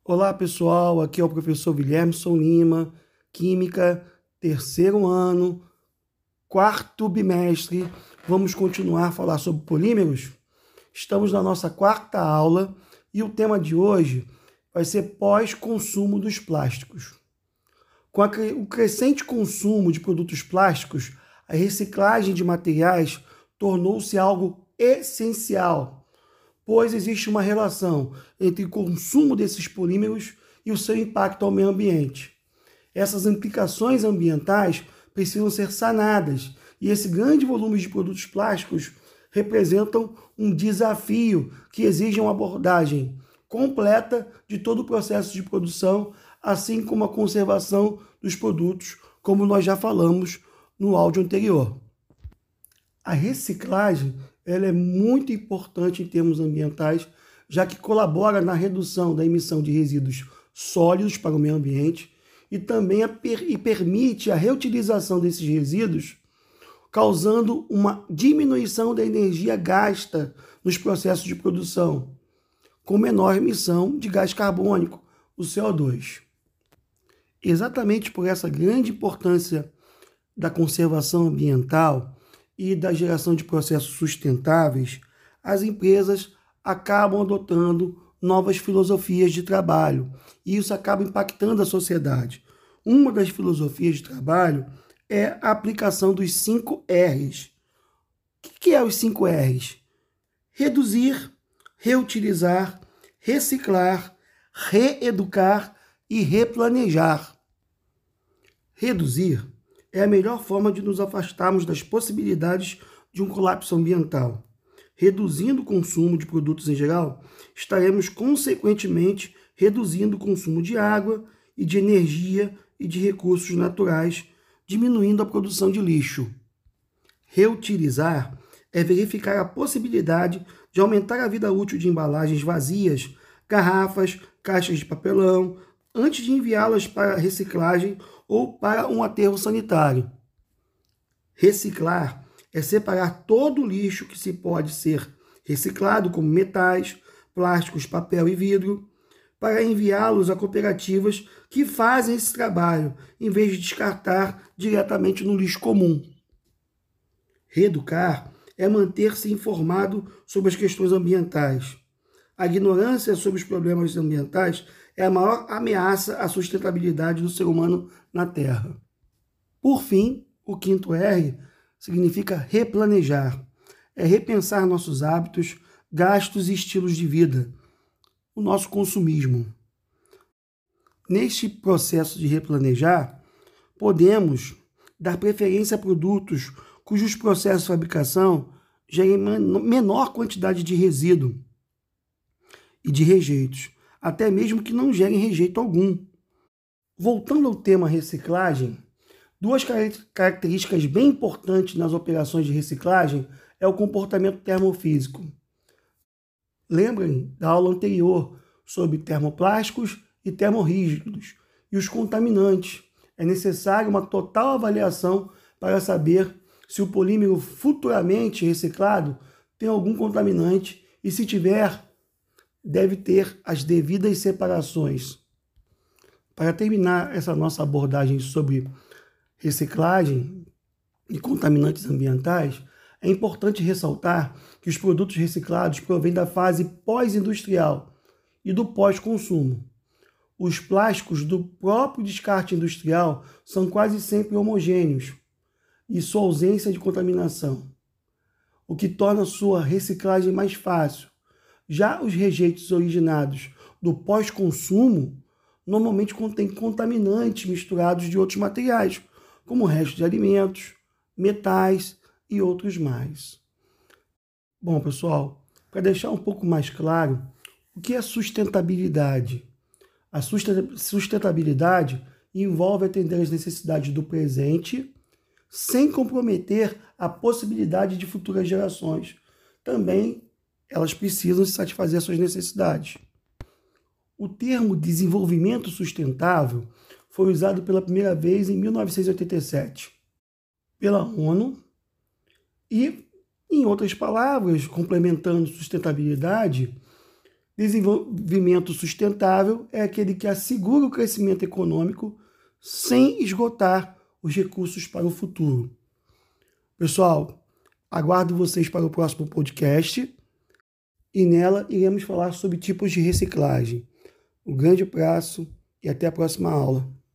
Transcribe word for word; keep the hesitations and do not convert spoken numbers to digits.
Olá pessoal, aqui é o professor Williamson Lima, Química, terceiro ano, quarto bimestre. Vamos continuar a falar sobre polímeros? Estamos na nossa quarta aula e o tema de hoje vai ser pós-consumo dos plásticos. Com a, o crescente consumo de produtos plásticos, a reciclagem de materiais tornou-se algo essencial, pois existe uma relação entre o consumo desses polímeros e o seu impacto ao meio ambiente. Essas implicações ambientais precisam ser sanadas, e esse grande volume de produtos plásticos representam um desafio que exige uma abordagem completa de todo o processo de produção, assim como a conservação dos produtos, como nós já falamos no áudio anterior. A reciclagem ela é muito importante em termos ambientais, já que colabora na redução da emissão de resíduos sólidos para o meio ambiente e também a per e permite a reutilização desses resíduos, causando uma diminuição da energia gasta nos processos de produção, com menor emissão de gás carbônico, o C O dois. Exatamente por essa grande importância da conservação ambiental e da geração de processos sustentáveis, as empresas acabam adotando novas filosofias de trabalho e isso acaba impactando a sociedade. Uma das filosofias de trabalho é a aplicação dos cinco R's. O que é os cinco R's? Reduzir, reutilizar, reciclar, reeducar e replanejar. Reduzir é a melhor forma de nos afastarmos das possibilidades de um colapso ambiental. Reduzindo o consumo de produtos em geral, estaremos consequentemente reduzindo o consumo de água e de energia e de recursos naturais, diminuindo a produção de lixo. Reutilizar é verificar a possibilidade de aumentar a vida útil de embalagens vazias, garrafas, caixas de papelão, antes de enviá-las para reciclagem ou para um aterro sanitário. Reciclar é separar todo o lixo que se pode ser reciclado, como metais, plásticos, papel e vidro, para enviá-los a cooperativas que fazem esse trabalho, em vez de descartar diretamente no lixo comum. Reeducar é manter-se informado sobre as questões ambientais. A ignorância sobre os problemas ambientais é a maior ameaça à sustentabilidade do ser humano na Terra. Por fim, o quinto R significa replanejar. É repensar nossos hábitos, gastos e estilos de vida, o nosso consumismo. Neste processo de replanejar, podemos dar preferência a produtos cujos processos de fabricação gerem menor quantidade de resíduo e de rejeitos, até mesmo que não gerem rejeito algum. Voltando ao tema reciclagem, duas características bem importantes nas operações de reciclagem é o comportamento termofísico. Lembrem da aula anterior sobre termoplásticos e termorrígidos e os contaminantes. É necessário uma total avaliação para saber se o polímero futuramente reciclado tem algum contaminante e, se tiver, deve ter as devidas separações. Para terminar essa nossa abordagem sobre reciclagem e contaminantes ambientais, é importante ressaltar que os produtos reciclados provêm da fase pós-industrial e do pós-consumo. Os plásticos do próprio descarte industrial são quase sempre homogêneos e sua ausência de contaminação, o que torna sua reciclagem mais fácil. Já os rejeitos originados do pós-consumo normalmente contêm contaminantes misturados de outros materiais, como restos de alimentos, metais e outros mais. Bom, pessoal, para deixar um pouco mais claro, o que é sustentabilidade? A sustentabilidade envolve atender às necessidades do presente sem comprometer a possibilidade de futuras gerações. Também elas precisam satisfazer suas necessidades. O termo desenvolvimento sustentável foi usado pela primeira vez em mil novecentos e oitenta e sete pela ONU e, em outras palavras, complementando sustentabilidade, Desenvolvimento sustentável é aquele que assegura o crescimento econômico sem esgotar os recursos para o futuro. Pessoal, aguardo vocês para o próximo podcast e nela iremos falar sobre tipos de reciclagem. Um grande abraço e até a próxima aula.